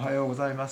おはようございます。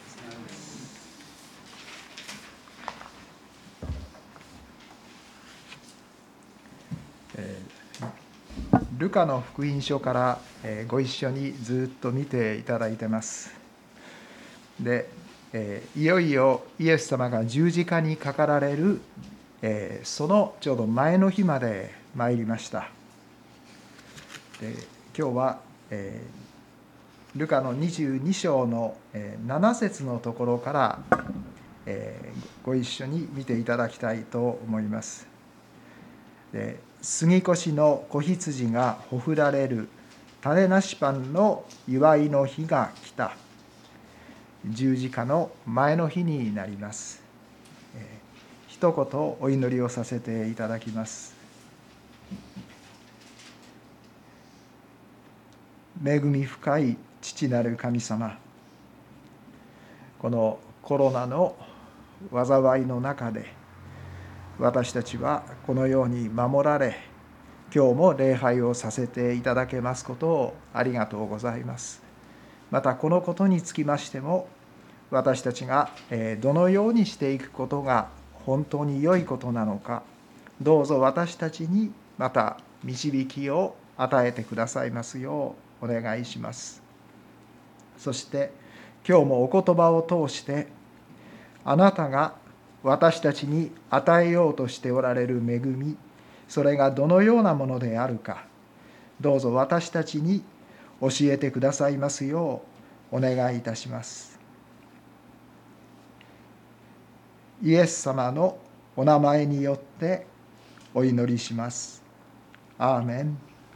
ルカの福音書からご一緒にずっと見ていただいてます。で、いよいよイエス様が十字架にかかられるそのちょうど前の日まで参りました。で、今日はルカの22章の7節のところからご一緒に見ていただきたいと思います。で、杉越の子羊がほふられる種なしパンの祝いの日が来た。十字架の前の日になります。一言お祈りをさせていただきます。恵み深い父なる神様、このコロナの災いの中で私たちはこのように守られ、今日も礼拝をさせていただけますことをありがとうございます。またこのことにつきましても、私たちがどのようにしていくことが本当に良いことなのか、どうぞ私たちにまた導きを与えてくださいますようお願いします。そして今日もお言葉を通して、あなたが私たちに与えようとしておられる恵み、それがどのようなものであるか、どうぞ私たちに教えてくださいますようお願いいたします。イエス様のお名前によってお祈りします。アーメン。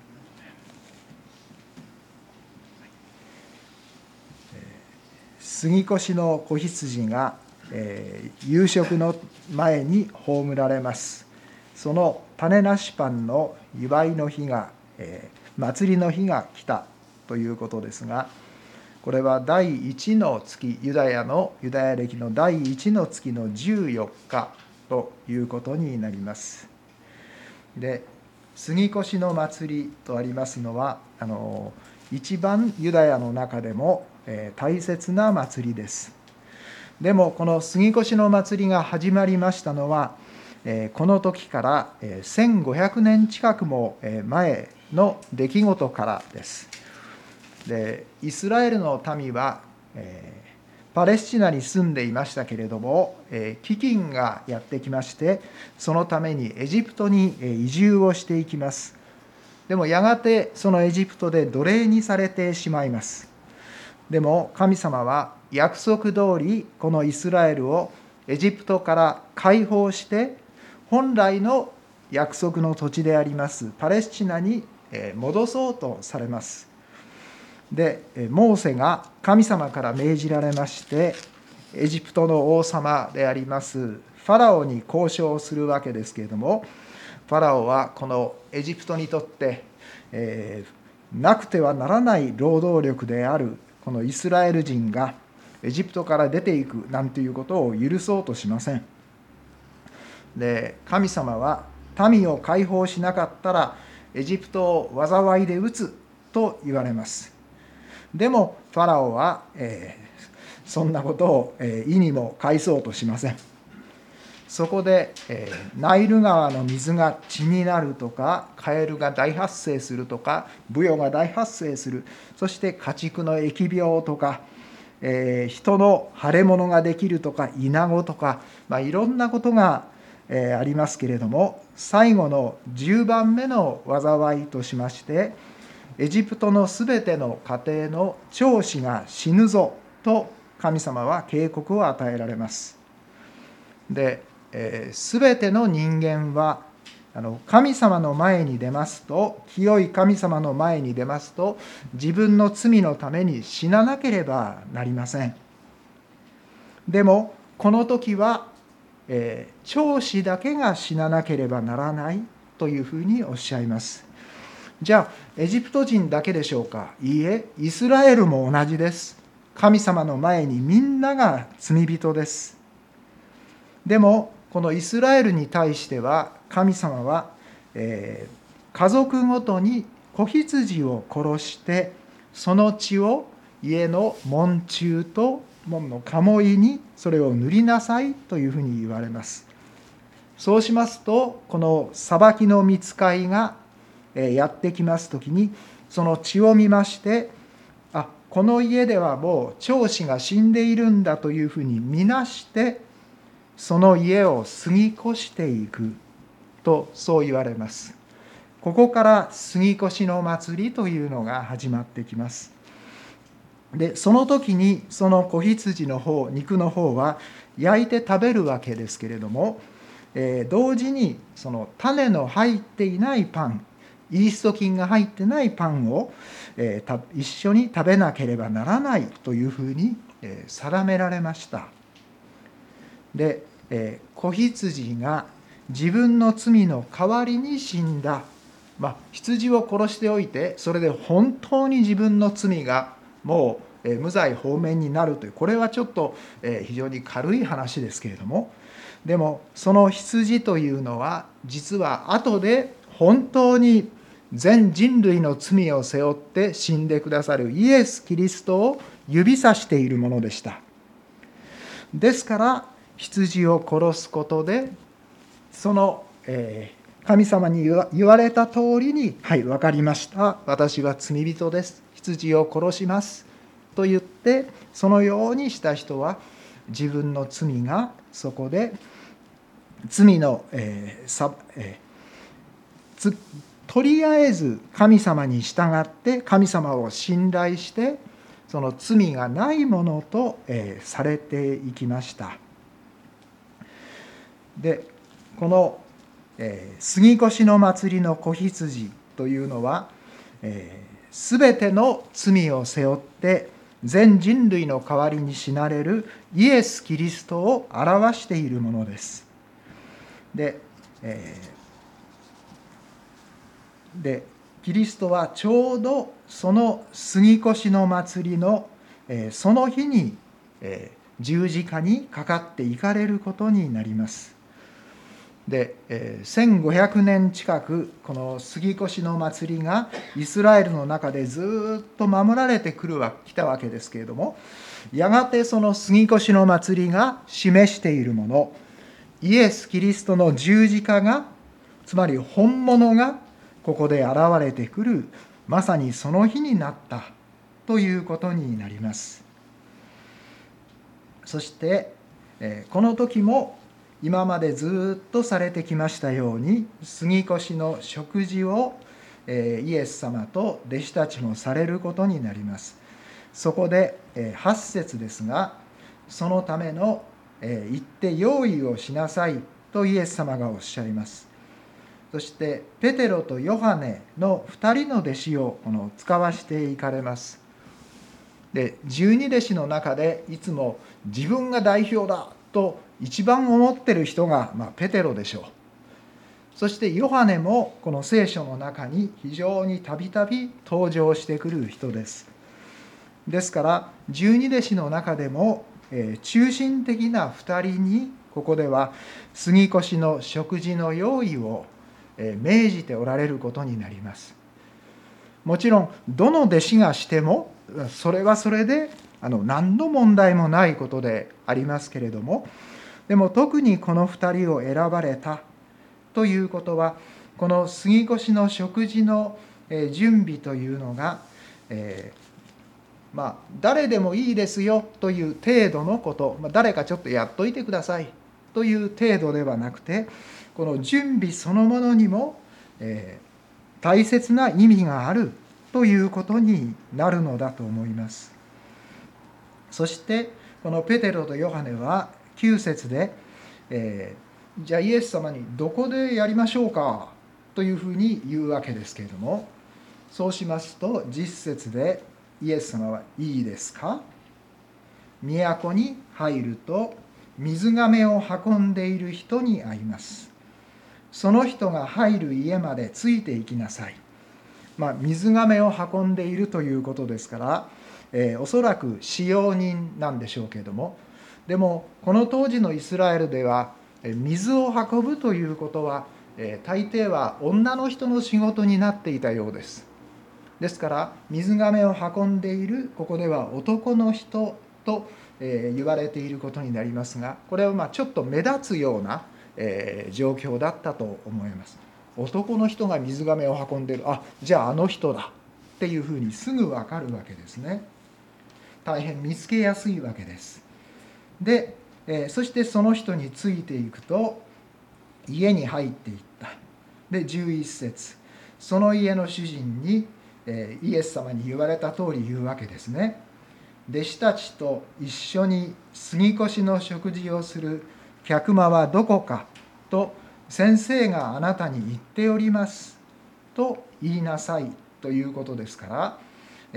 杉越の子羊が夕食の前に葬られます。その種なしパンの祝いの日が、祭りの日が来たということですが、これは第1の月、ユダヤ暦の第1の月の14日ということになります。で、杉越の祭りとありますのは、一番ユダヤの中でも大切な祭りです。でもこの杉越の祭りが始まりましたのは、この時から1500年近くも前の出来事からです。で、イスラエルの民はパレスチナに住んでいましたけれども、飢饉がやってきまして、そのためにエジプトに移住をしていきます。でもやがてそのエジプトで奴隷にされてしまいます。でも神様は約束通りこのイスラエルをエジプトから解放して、本来の約束の土地でありますパレスチナに戻そうとされます。で、モーセが神様から命じられまして、エジプトの王様でありますファラオに交渉するわけですけれども、ファラオはこのエジプトにとって、なくてはならない労働力であるこのイスラエル人がエジプトから出ていくなんていうことを許そうとしません。で、神様は民を解放しなかったらエジプトを災いで打つと言われます。でもファラオは、そんなことを意にも介そうとしません。そこで、ナイル川の水が血になるとか、カエルが大発生するとか、ブヨが大発生する、そして家畜の疫病とか、人の腫れ物ができるとか、イナゴとか、いろんなことが、ありますけれども、最後の10番目の災いとしまして、エジプトのすべての家庭の長子が死ぬぞと神様は警告を与えられます。で、すべての人間は神様の前に出ますと、清い神様の前に出ますと、自分の罪のために死ななければなりません。でもこの時は、長子だけが死ななければならないというふうにおっしゃいます。じゃあエジプト人だけでしょうか。いいえ、イスラエルも同じです。神様の前にみんなが罪人です。でもこのイスラエルに対しては神様は、家族ごとに子羊を殺して、その血を家の門柱と門の鴨居にそれを塗りなさいというふうに言われます。そうしますと、この裁きの御使いがやってきますときに、その血を見まして、この家ではもう長子が死んでいるんだというふうに見なして、その家を過ぎ越していくと、そう言われます。ここから過ぎ越しの祭りというのが始まってきます。で、その時にその子羊の方、肉の方は焼いて食べるわけですけれども、同時にその種の入っていないパン、イースト菌が入ってないパンを一緒に食べなければならないというふうに定められました。で、子羊が自分の罪の代わりに死んだ、羊を殺しておいて、それで本当に自分の罪がもう無罪放免になるという、これはちょっと非常に軽い話ですけれども、でもその羊というのは実は後で本当に全人類の罪を背負って死んでくださるイエス・キリストを指さしているものでした。ですから羊を殺すことで、その神様に言われた通りに、はい、分かりました、私は罪人です、羊を殺しますと言って、そのようにした人は自分の罪がそこで罪の、とりあえず神様に従って神様を信頼して、その罪がないものとされていきました。で、この過ぎ越しの祭りの子羊というのは、すべての罪を背負って全人類の代わりに死なれるイエス・キリストを表しているものです。で、キリストはちょうどその過ぎ越しの祭りのその日に十字架にかかっていかれることになります。で、1500年近くこの過ぎ越しの祭りがイスラエルの中でずっと守られてきたわけですけれども、やがてその過ぎ越しの祭りが示しているもの、イエス・キリストの十字架が、つまり本物がここで現れてくる、まさにその日になったということになります。そしてこの時も今までずっとされてきましたように、過ぎ越しの食事をイエス様と弟子たちもされることになります。そこで8節ですが、そのための行って用意をしなさいとイエス様がおっしゃいます。そしてペテロとヨハネの2人の弟子を使わしていかれます。で、12弟子の中でいつも自分が代表だと一番思ってる人が、ペテロでしょう。そしてヨハネもこの聖書の中に非常にたびたび登場してくる人です。ですから12弟子の中でも中心的な2人にここでは過ぎ越しの食事の用意を命じておられることになります。もちろんどの弟子がしてもそれはそれで何の問題もないことでありますけれども、でも特にこの2人を選ばれたということは、この過ぎ越しの食事の準備というのが、誰でもいいですよという程度のこと、誰かちょっとやっといてくださいという程度ではなくて、この準備そのものにも大切な意味があるということになるのだと思います。そしてこのペテロとヨハネは9節で、じゃあイエス様にどこでやりましょうかというふうに言うわけですけれども、そうしますと10節でイエス様はいいですか、都に入ると水がめを運んでいる人に会います。その人が入る家までついていきなさい。水がめを運んでいるということですから、おそらく使用人なんでしょうけれども、でもこの当時のイスラエルでは水を運ぶということは大抵は女の人の仕事になっていたようです。 ですから水がめを運んでいる、ここでは男の人と言われていることになりますが、これはちょっと目立つような状況だったと思います。男の人が水がめを運んでいる、じゃああの人だっていうふうにすぐ分かるわけですね。大変見つけやすいわけです。で、そしてその人についていくと家に入っていった。で11節、その家の主人にイエス様に言われた通り言うわけですね。弟子たちと一緒に杉越の食事をする客間はどこかと先生があなたに言っておりますと言いなさいということですから、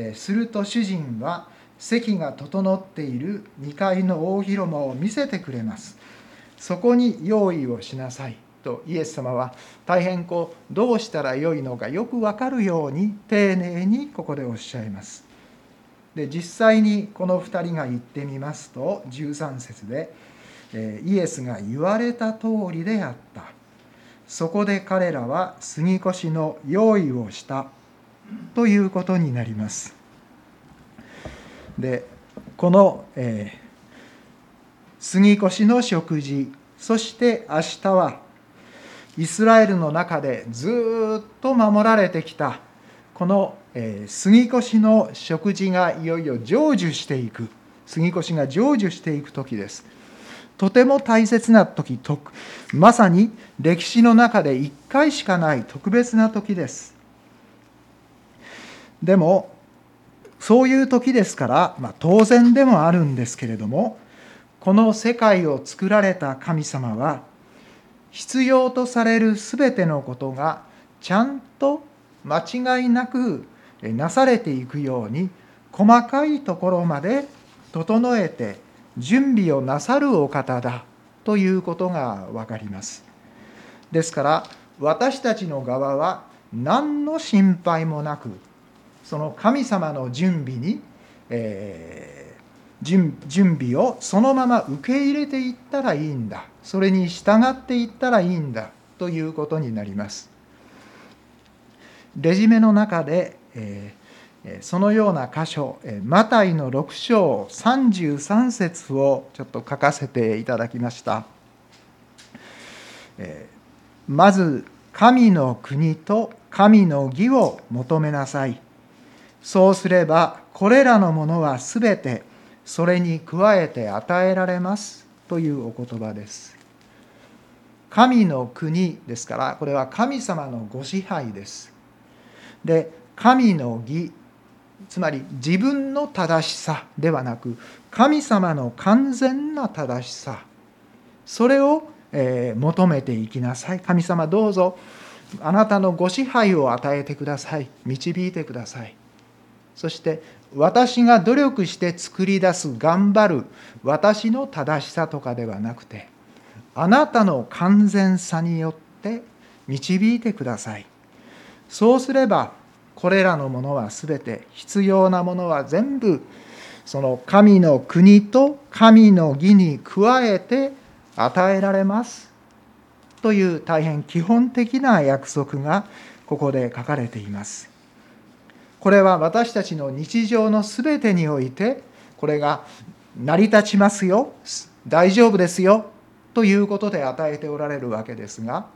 すると主人は席が整っている2階の大広間を見せてくれます。そこに用意をしなさいとイエス様は大変どうしたらよいのかよく分かるように丁寧にここでおっしゃいます。で実際にこの2人が言ってみますと13節でイエスが言われた通りであった。そこで彼らは杉越の用意をしたということになります。でこの、杉越の食事、そして明日はイスラエルの中でずっと守られてきたこの杉越の食事がいよいよ成就していく、杉越が成就していく時です。とても大切な時、まさに歴史の中で1回しかない特別な時です。でもそういう時ですから、当然でもあるんですけれども、この世界を作られた神様は必要とされるすべてのことがちゃんと間違いなくなされていくように細かいところまで整えて準備をなさるお方だということが分かります。ですから私たちの側は何の心配もなく、その神様の準備に、準備をそのまま受け入れていったらいいんだ、それに従っていったらいいんだということになります。レジュメの中で、そのような箇所、マタイの6章33節をちょっと書かせていただきました。まず神の国と神の義を求めなさい。そうすればこれらのものはすべてそれに加えて与えられますというお言葉です。神の国ですから、これは神様のご支配です。で、神の義、つまり自分の正しさではなく神様の完全な正しさ、それを求めていきなさい。神様どうぞあなたのご支配を与えてください。導いてください。そして私が努力して作り出す頑張る私の正しさとかではなくて、あなたの完全さによって導いてください。そうすればこれらのものはすべて、必要なものは全部その神の国と神の義に加えて与えられますという大変基本的な約束がここで書かれています。これは私たちの日常のすべてにおいてこれが成り立ちますよ、大丈夫ですよということで与えておられるわけですが、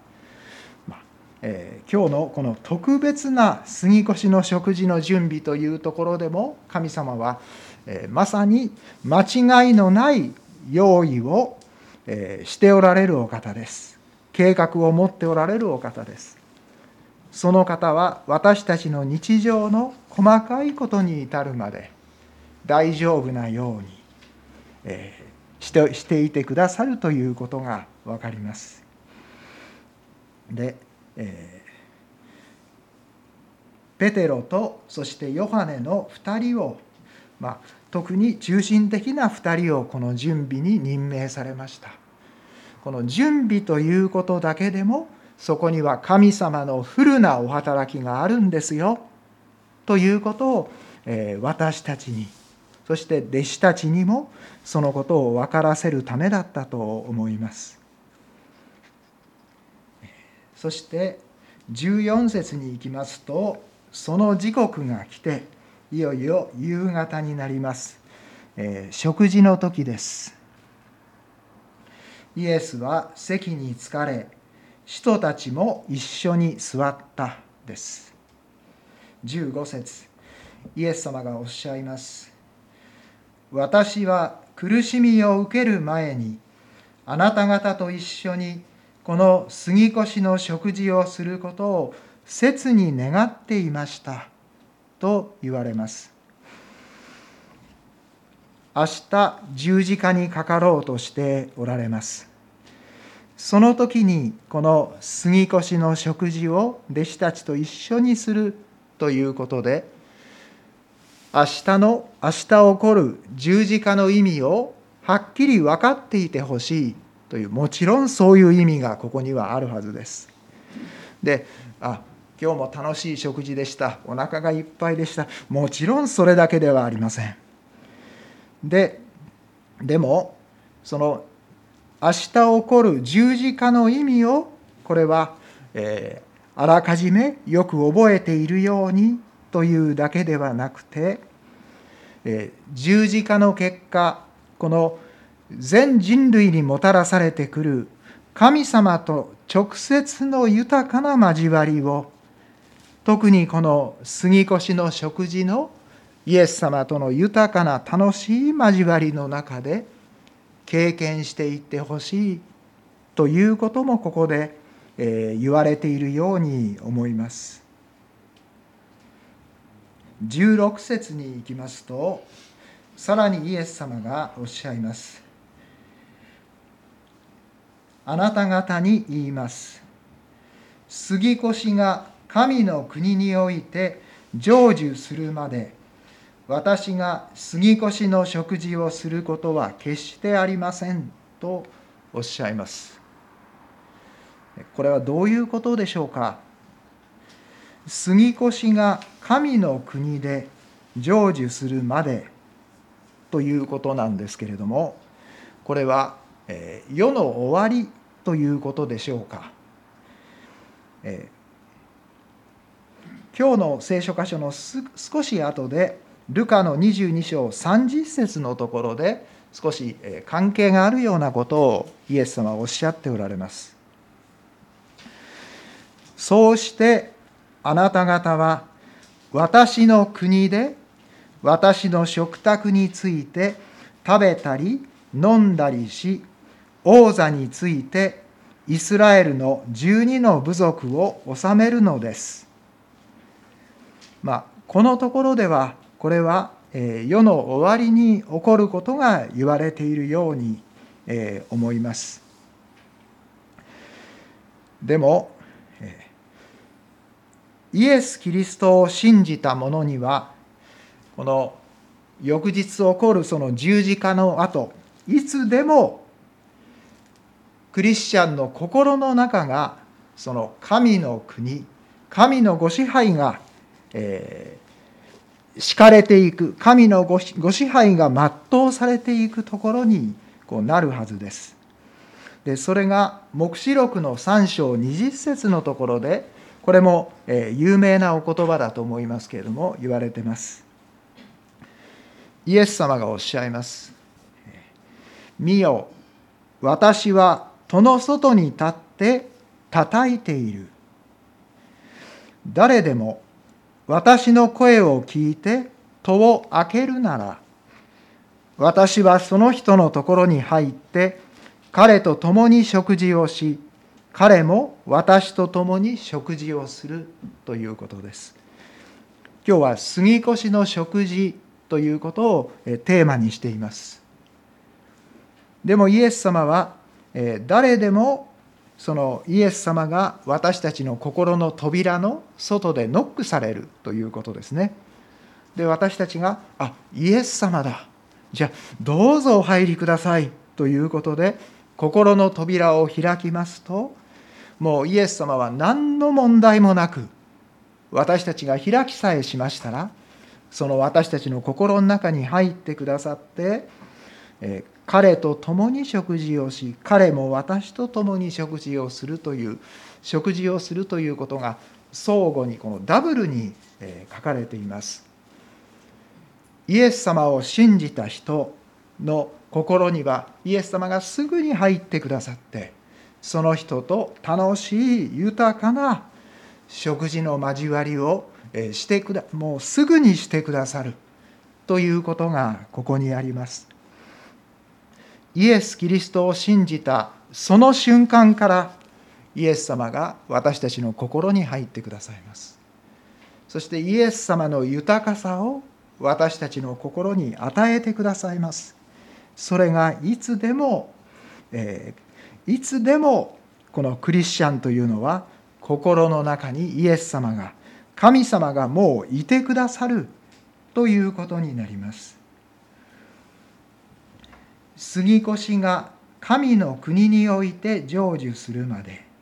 今日のこの特別な杉越の食事の準備というところでも神様はまさに間違いのない用意をしておられるお方です。計画を持っておられるお方です。その方は私たちの日常の細かいことに至るまで大丈夫なようにしていてくださるということが分かります。で、ペテロとそしてヨハネの2人を、特に中心的な2人をこの準備に任命されました。この準備ということだけでもそこには神様のフルなお働きがあるんですよということを私たちに、そして弟子たちにもそのことを分からせるためだったと思います。そして14節に行きますと、 その時刻が来て、いよいよ夕方になります。食事の時です。イエスは席に着れ、使徒たちも一緒に座ったです。15節、イエス様がおっしゃいます。私は苦しみを受ける前に、あなた方と一緒にこの杉越の食事をすることを切に願っていましたと言われます。明日十字架にかかろうとしておられます。その時にこの杉越の食事を弟子たちと一緒にするということで、明日起こる十字架の意味をはっきり分かっていてほしいという、もちろんそういう意味がここにはあるはずです。で、今日も楽しい食事でした。お腹がいっぱいでした。もちろんそれだけではありません。でも、その明日起こる十字架の意味を、これは、あらかじめよく覚えているようにというだけではなくて、十字架の結果、この全人類にもたらされてくる神様と直接の豊かな交わりを、特にこの杉越の食事のイエス様との豊かな楽しい交わりの中で経験していってほしいということもここで言われているように思います。16節に行きますと、さらにイエス様がおっしゃいます。あなた方に言います。杉越が神の国において成就するまで、私が杉越の食事をすることは決してありませんとおっしゃいます。これはどういうことでしょうか。杉越が神の国で成就するまでということなんですけれども、これは世の終わりということでしょうか。今日の聖書箇所の少し後で、ルカの22章30節のところで少し関係があるようなことをイエス様はおっしゃっておられます。そうしてあなた方は私の国で私の食卓について食べたり飲んだりし、王座についてイスラエルの12の部族を治めるのです。このところでは、これは世の終わりに起こることが言われているように思います。でもイエス・キリストを信じた者には、この翌日起こるその十字架の後、いつでもクリスチャンの心の中がその神の国、神のご支配が敷かれていく、神のご支配が全うされていくところになるはずです。で、それが黙示録の3章20節のところで、これも有名なお言葉だと思いますけれども、言われています。イエス様がおっしゃいます。見よ、私は戸の外に立って叩いている。誰でも私の声を聞いて戸を開けるなら、私はその人のところに入って彼と共に食事をし、彼も私と共に食事をするということです。今日は杉越の食事ということをテーマにしています。でもイエス様は誰でもそのイエス様が私たちの心の扉の外でノックされるということですね。で、私たちがイエス様だ、じゃあどうぞお入りくださいということで心の扉を開きますと、もうイエス様は何の問題もなく、私たちが開きさえしましたら、その私たちの心の中に入ってくださって、彼と共に食事をし、彼も私と共に食事をするということが相互にこのダブルに書かれています。イエス様を信じた人の心にはイエス様がすぐに入ってくださって、その人と楽しい豊かな食事の交わりをもうすぐにしてくださるということがここにあります。イエス・キリストを信じたその瞬間からイエス様が私たちの心に入ってくださいます。そしてイエス様の豊かさを私たちの心に与えてくださいます。それがいつでもこのクリスチャンというのは心の中にイエス様が、神様がもういてくださるということになります。杉越が神の国において成就するまで、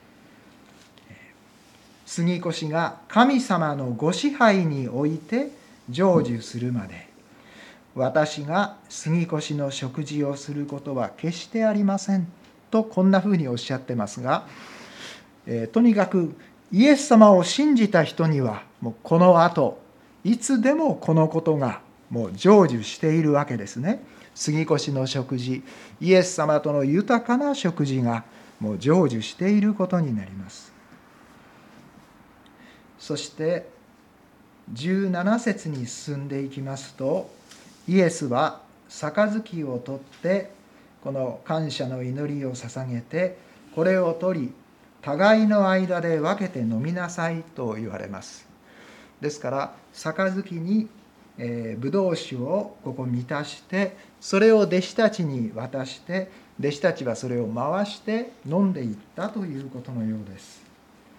杉越が神様のご支配において成就するまで、私が杉越の食事をすることは決してありませんとこんなふうにおっしゃってますが、とにかくイエス様を信じた人にはもうこの後いつでもこのことがもう成就しているわけですね。杉越の食事、イエス様との豊かな食事がもう成就していることになります。そして17節に進んでいきますと、イエスは杯を取ってこの感謝の祈りを捧げて、これを取り互いの間で分けて飲みなさいと言われます。ですから杯にブドウ酒をここ満たして、それを弟子たちに渡して、弟子たちはそれを回して飲んでいったということのようです。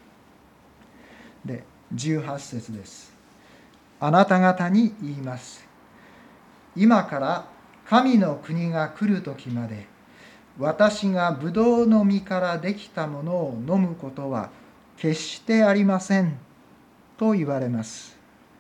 で、18節です。あなた方に言います。今から神の国が来る時まで、私がブドウの実からできたものを飲むことは決してありませんと言われます。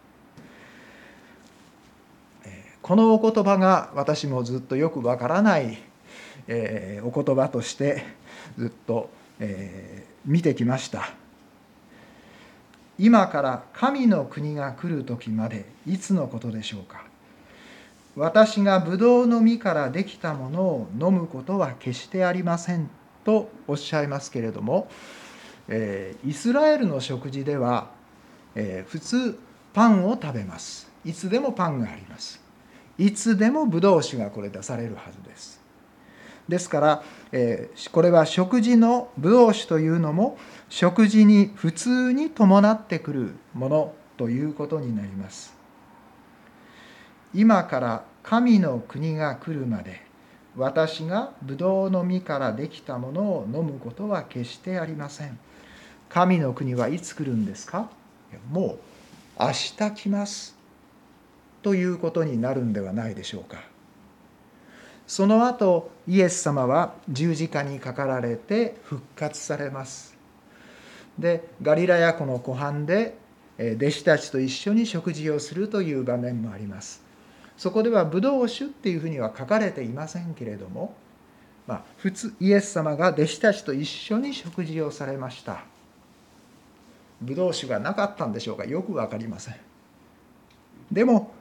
このお言葉が私もずっとよくわからないお言葉としてずっと見てきました。今から神の国が来る時まで、いつのことでしょうか。私がブドウの実からできたものを飲むことは決してありませんとおっしゃいますけれども、イスラエルの食事では、普通パンを食べます。いつでもパンがあります。いつでもブドウ酒がこれ出されるはずです。ですから、これは食事のブドウ酒というのも食事に普通に伴ってくるものということになります。今から神の国が来るまで、私がブドウの実からできたものを飲むことは決してありません。神の国はいつ来るんですか？もう明日来ますということになるんではないでしょうか。その後イエス様は十字架にかかられて復活されます。で、ガリラヤ湖の湖畔で弟子たちと一緒に食事をするという場面もあります。そこではブドウ酒っていうふうには書かれていませんけれども、普通イエス様が弟子たちと一緒に食事をされました。ブドウ酒がなかったんでしょうか、よく分かりません。でも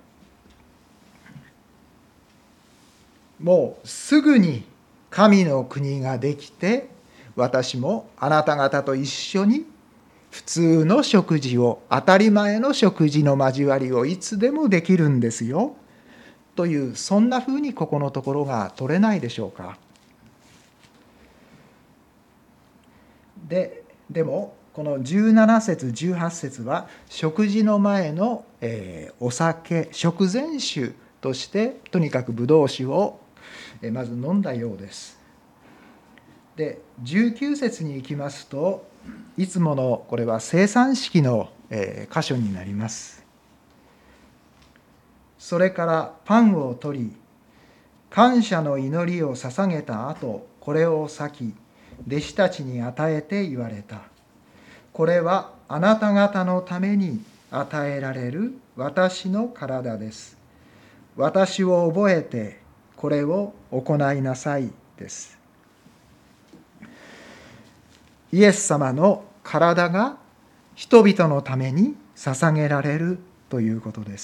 もうすぐに神の国ができて、私もあなた方と一緒に普通の食事を、当たり前の食事の交わりをいつでもできるんですよという、そんなふうにここのところが取れないでしょうか。でもこの17節18節は食事の前のお酒、食前酒としてとにかくブドウ酒をまず飲んだようです。で、19節に行きますと、いつものこれは聖餐式の箇所になります。それからパンを取り、感謝の祈りを捧げた後、これを裂き、弟子たちに与えて言われた。これはあなた方のために与えられる私の体です。私を覚えてこれを行いなさいです。イエス様の体が人々のために捧げられるということです。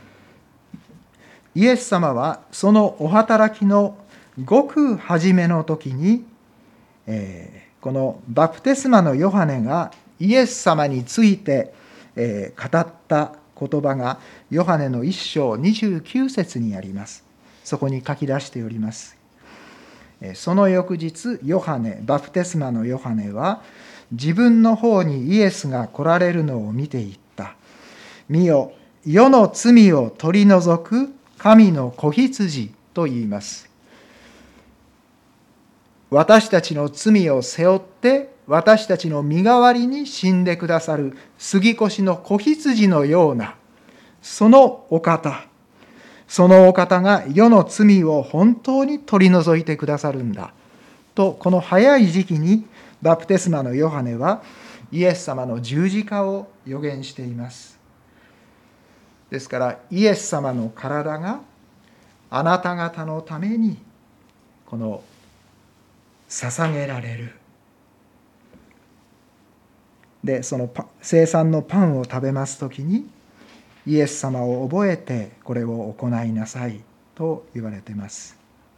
イエス様はそのお働きのごく初めの時に、このバプテスマのヨハネがイエス様について語った言葉がヨハネの1章29節にあります。そこに書き出しております。その翌日、バプテスマのヨハネは自分の方にイエスが来られるのを見ていった。見よ、世の罪を取り除く神の子羊と言います。私たちの罪を背負って私たちの身代わりに死んでくださる杉越の子羊のようなそのお方が世の罪を本当に取り除いてくださるんだと、この早い時期にバプテスマのヨハネはイエス様の十字架を予言しています。ですからイエス様の体があなた方のためにこの捧げられる。で、その聖餐のパンを食べますときにイエス様を覚えてこれを行いなさいと言われています。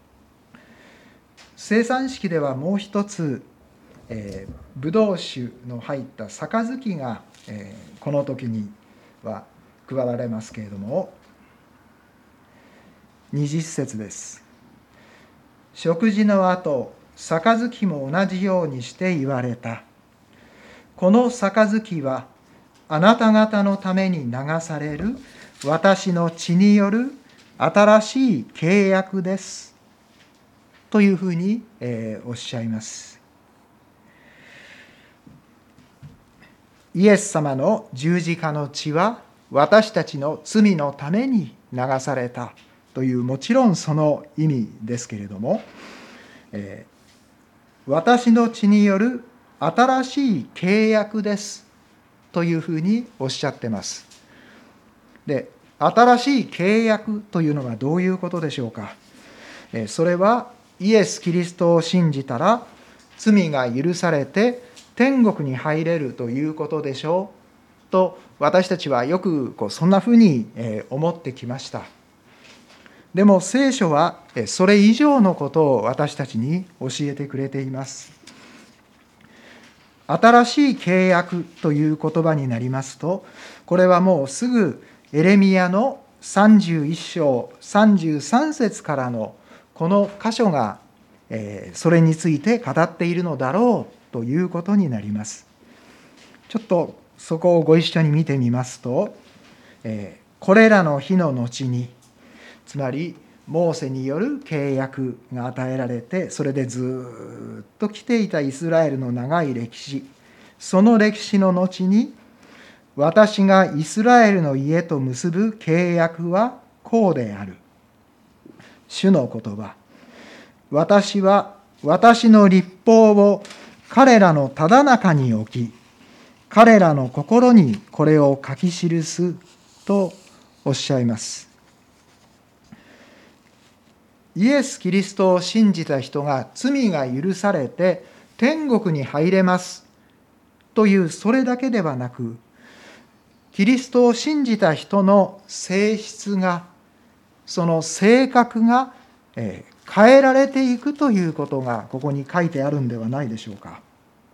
聖餐式ではもう一つ、ブドウ酒の入った杯が、この時には配られますけれども、20節です。食事の後、杯も同じようにして言われた。この杯はあなた方のために流される私の血による新しい契約です。というふうに、おっしゃいます。イエス様の十字架の血は私たちの罪のために流されたという、もちろんその意味ですけれども、私の血による新しい契約ですというふうにおっしゃってます。で、新しい契約というのはどういうことでしょうか。それはイエス・キリストを信じたら罪が許されて天国に入れるということでしょうと、私たちはよくそんなふうに思ってきました。でも聖書はそれ以上のことを私たちに教えてくれています。新しい契約という言葉になりますと、これはもうすぐエレミヤの31章33節からのこの箇所がそれについて語っているのだろうということになります。ちょっとそこをご一緒に見てみますと、これらの日の後に、つまりモーセによる契約が与えられて、それでずっと来ていたイスラエルの長い歴史、その歴史の後に、私がイスラエルの家と結ぶ契約はこうである。主の言葉。私は私の律法を彼らのただ中に置き、彼らの心にこれを書き記すとおっしゃいます。イエス・キリストを信じた人が罪が許されて天国に入れますという、それだけではなく、キリストを信じた人の性質が、その性格が変えられていくということがここに書いてあるんではないでしょうか。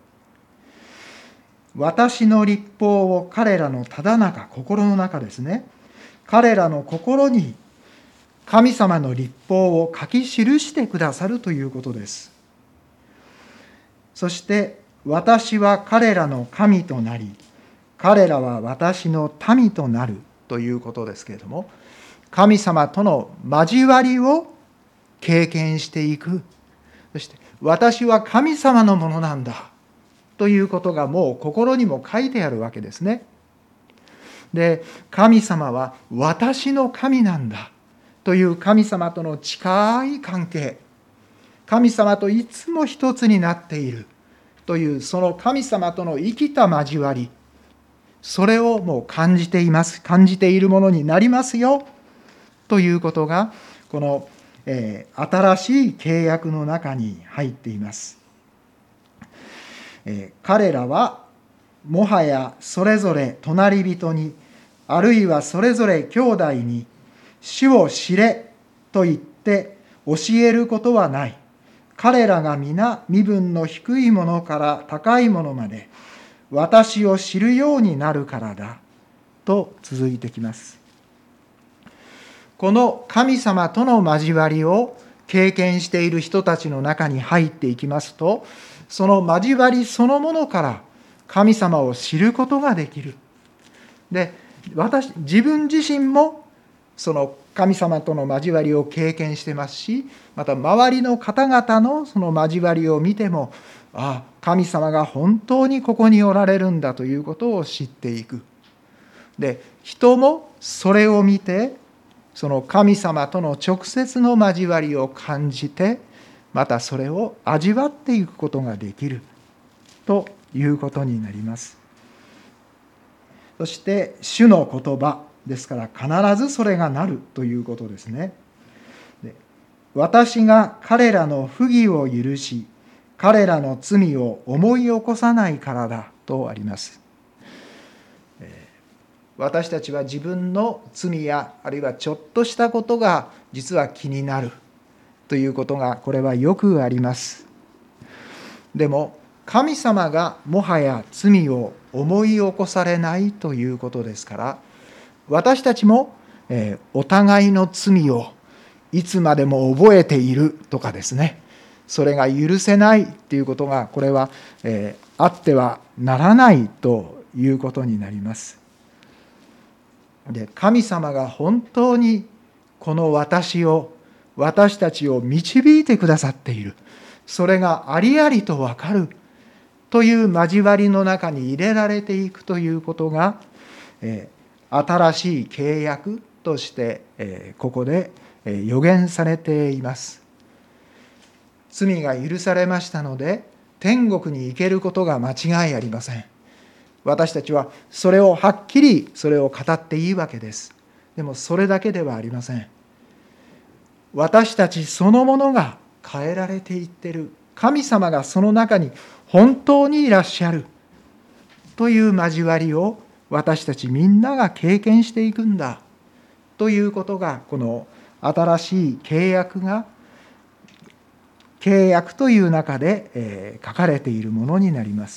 私の律法を彼らのただ中、心の中ですね、彼らの心に神様の律法を書き記してくださるということです。そして私は彼らの神となり、彼らは私の民となるということですけれども、神様との交わりを経験していく。そして私は神様のものなんだということがもう心にも書いてあるわけですね。で、神様は私の神なんだという神様との近い関係、神様といつも一つになっているという、その神様との生きた交わり、それをもう感じています。感じているものになりますよということが、この、新しい契約の中に入っています。彼らはもはやそれぞれ隣人に、あるいはそれぞれ兄弟に、主を知れと言って教えることはない。彼らが皆身分の低いものから高いものまで私を知るようになるからだと続いてきます。この神様との交わりを経験している人たちの中に入っていきますと、その交わりそのものから神様を知ることができる。で、自分自身もその神様との交わりを経験してますし、また周りの方々のその交わりを見ても、ああ、神様が本当にここにおられるんだということを知っていく。で、人もそれを見て、その神様との直接の交わりを感じて、またそれを味わっていくことができるということになります。そして主の言葉ですから必ずそれがなるということですね。で、私が彼らの不義を許し、彼らの罪を思い起こさないからだとあります。私たちは自分の罪やあるいはちょっとしたことが実は気になるということがこれはよくあります。でも神様がもはや罪を思い起こされないということですから、私たちもお互いの罪をいつまでも覚えているとかですね、それが許せないということがこれはあってはならないということになります。で、神様が本当にこの私たちを導いてくださっている、それがありありと分かるという交わりの中に入れられていくということが、新しい契約としてここで予言されています。罪が許されましたので天国に行けることが間違いありません。私たちはそれをはっきりそれを語っていいわけです。でもそれだけではありません。私たちそのものが変えられていっている、神様がその中に本当にいらっしゃるという交わりを私たちみんなが経験していくんだということが、この新しい契約という中で書かれているものになります。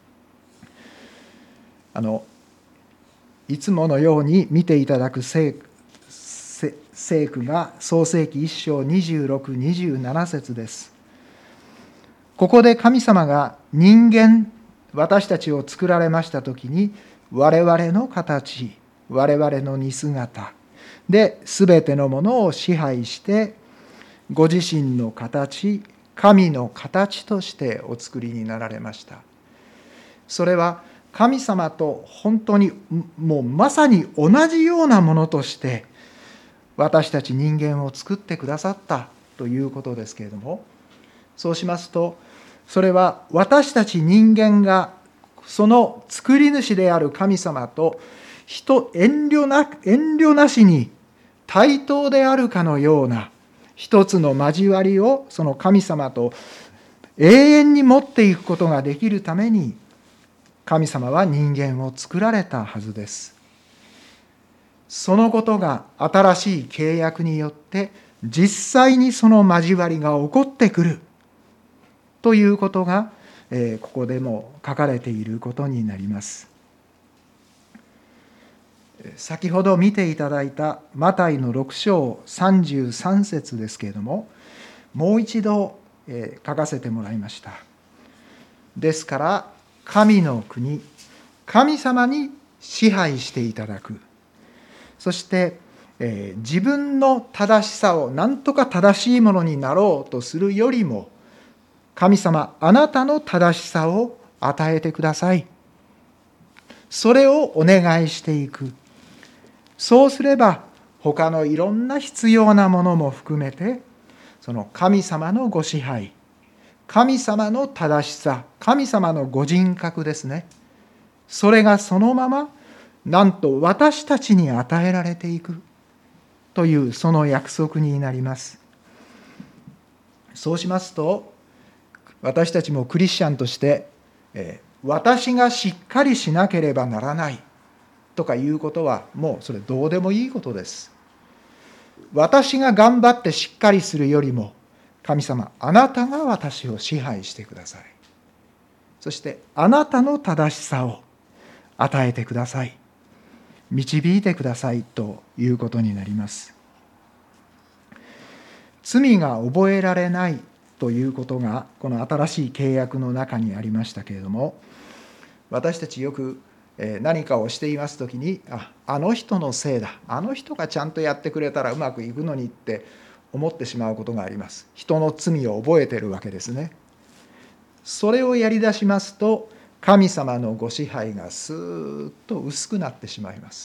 いつものように見ていただく聖句が創世記1章26、27節です。ここで神様が私たちを作られましたときに、我々の形、我々の似姿で全てのものを支配して、ご自身の形、神の形としてお作りになられました。それは神様と本当にもうまさに同じようなものとして私たち人間を作ってくださったということですけれども、そうしますと、それは私たち人間がその作り主である神様と遠慮なしに対等であるかのような一つの交わりをその神様と永遠に持っていくことができるために、神様は人間を作られたはずです。そのことが新しい契約によって実際にその交わりが起こってくるということが、ここでも書かれていることになります。先ほど見ていただいたマタイの6章33節ですけれども、もう一度書かせてもらいました。ですから神の国、神様に支配していただく。そして、自分の正しさを何とか正しいものになろうとするよりも、神様、あなたの正しさを与えてください。それをお願いしていく。そうすれば、他のいろんな必要なものも含めて、その神様のご支配、神様の正しさ、神様のご人格ですね。それがそのまま、なんと私たちに与えられていくというその約束になります。そうしますと、私たちもクリスチャンとして、 私がしっかりしなければならないとかいうことは、もうそれどうでもいいことです。私が頑張ってしっかりするよりも、神様、あなたが私を支配してください。そしてあなたの正しさを与えてください。導いてくださいということになります。罪が覚えられないということがこの新しい契約の中にありましたけれども、私たちよく何かをしていますときに、あの人のせいだ、あの人がちゃんとやってくれたらうまくいくのにって思ってしまうことがあります。人の罪を覚えているわけですね。それをやり出しますと、神様のご支配がスーッと薄くなってしまいます。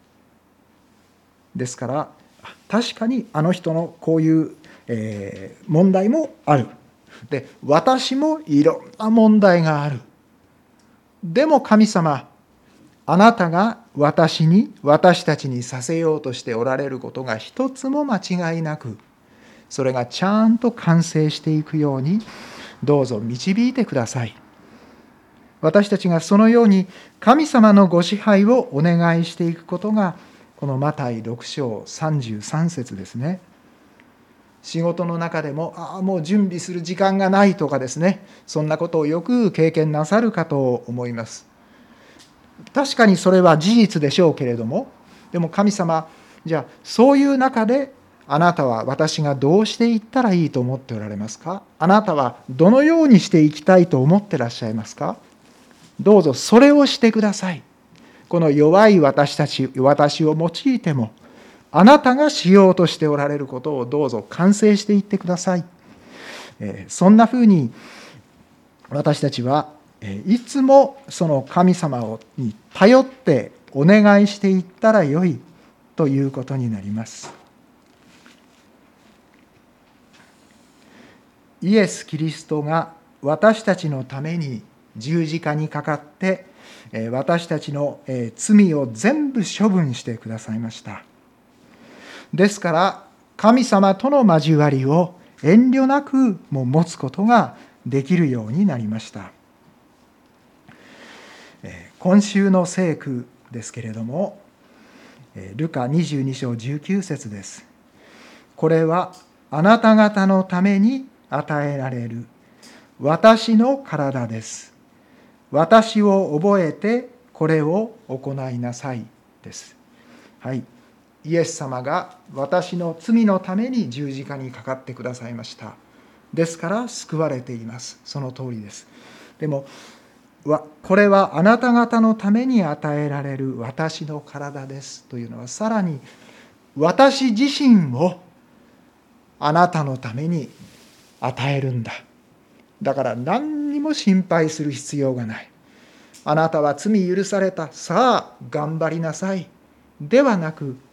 ですから確かにあの人のこういう問題もある。で、私もいろんな問題がある。でも神様、あなたが私たちにさせようとしておられることが一つも間違いなく、それがちゃんと完成していくようにどうぞ導いてください。私たちがそのように神様のご支配をお願いしていくことが、このマタイ6章33節ですね。仕事の中でも、もう準備する時間がないとかですね、そんなことをよく経験なさるかと思います。確かにそれは事実でしょうけれども、でも神様、じゃあそういう中であなたは私がどうしていったらいいと思っておられますか？あなたはどのようにしていきたいと思ってらっしゃいますか？どうぞそれをしてください。この弱い私を用いても、あなたがしようとしておられることをどうぞ完成していってください。そんなふうに私たちはいつもその神様に頼ってお願いしていったらよいということになります。イエス・キリストが私たちのために十字架にかかって私たちの罪を全部処分してくださいました。ですから神様との交わりを遠慮なくも持つことができるようになりました。今週の聖句ですけれども、ルカ22章19節です。これはあなた方のために与えられる私の体です。私を覚えてこれを行いなさいです。はい。イエス様が私の罪のために十字架にかかってくださいました。ですから救われています。その通りです。でも、これはあなた方のために与えられる私の体ですというのは、さらに私自身をあなたのために与えるんだ。だから何にも心配する必要がない。あなたは罪許された。さあ頑張りなさい。ではなく、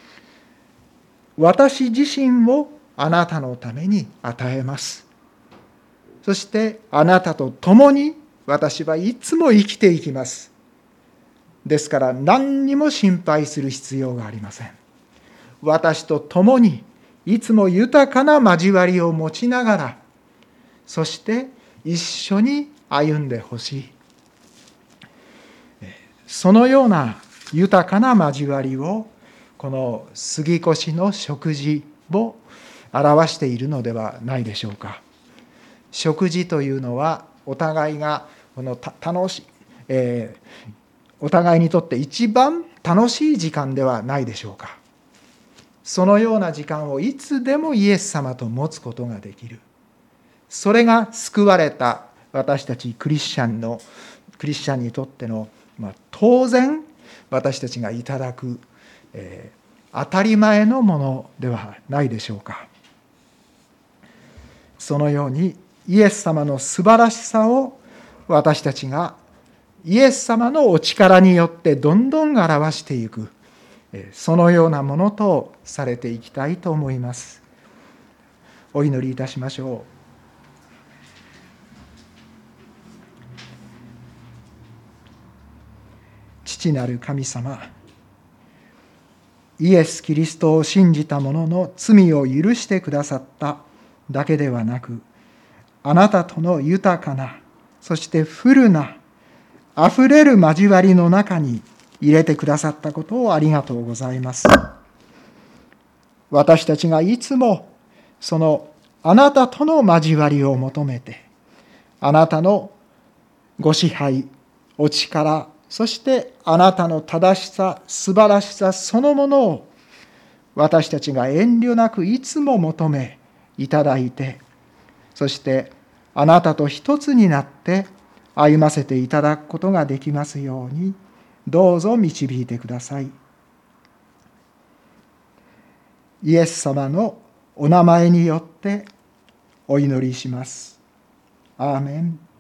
私自身をあなたのために与えます。そしてあなたと共に私はいつも生きていきます。ですから何にも心配する必要がありません。私と共にいつも豊かな交わりを持ちながら、そして一緒に歩んでほしい。そのような豊かな交わりをこの杉越の食事を表しているのではないでしょうか。食事というのはお互いがお互いにとって一番楽しい時間ではないでしょうか。そのような時間をいつでもイエス様と持つことができる。それが救われた私たちクリスチャンにとっての、当然私たちがいただく、当たり前のものではないでしょうか。そのようにイエス様の素晴らしさを私たちがイエス様のお力によってどんどん表していく、そのようなものとされていきたいと思います。お祈りいたしましょう。父なる神様、イエス・キリストを信じた者の罪を許してくださっただけではなく、あなたとの豊かな、そしてフルなあふれる交わりの中に入れてくださったことをありがとうございます。私たちがいつもそのあなたとの交わりを求めて、あなたのご支配、お力、そしてあなたの正しさ、素晴らしさそのものを私たちが遠慮なくいつも求めいただいて、そしてあなたと一つになって歩ませていただくことができますように、どうぞ導いてください。イエス様のお名前によってお祈りします。アーメン。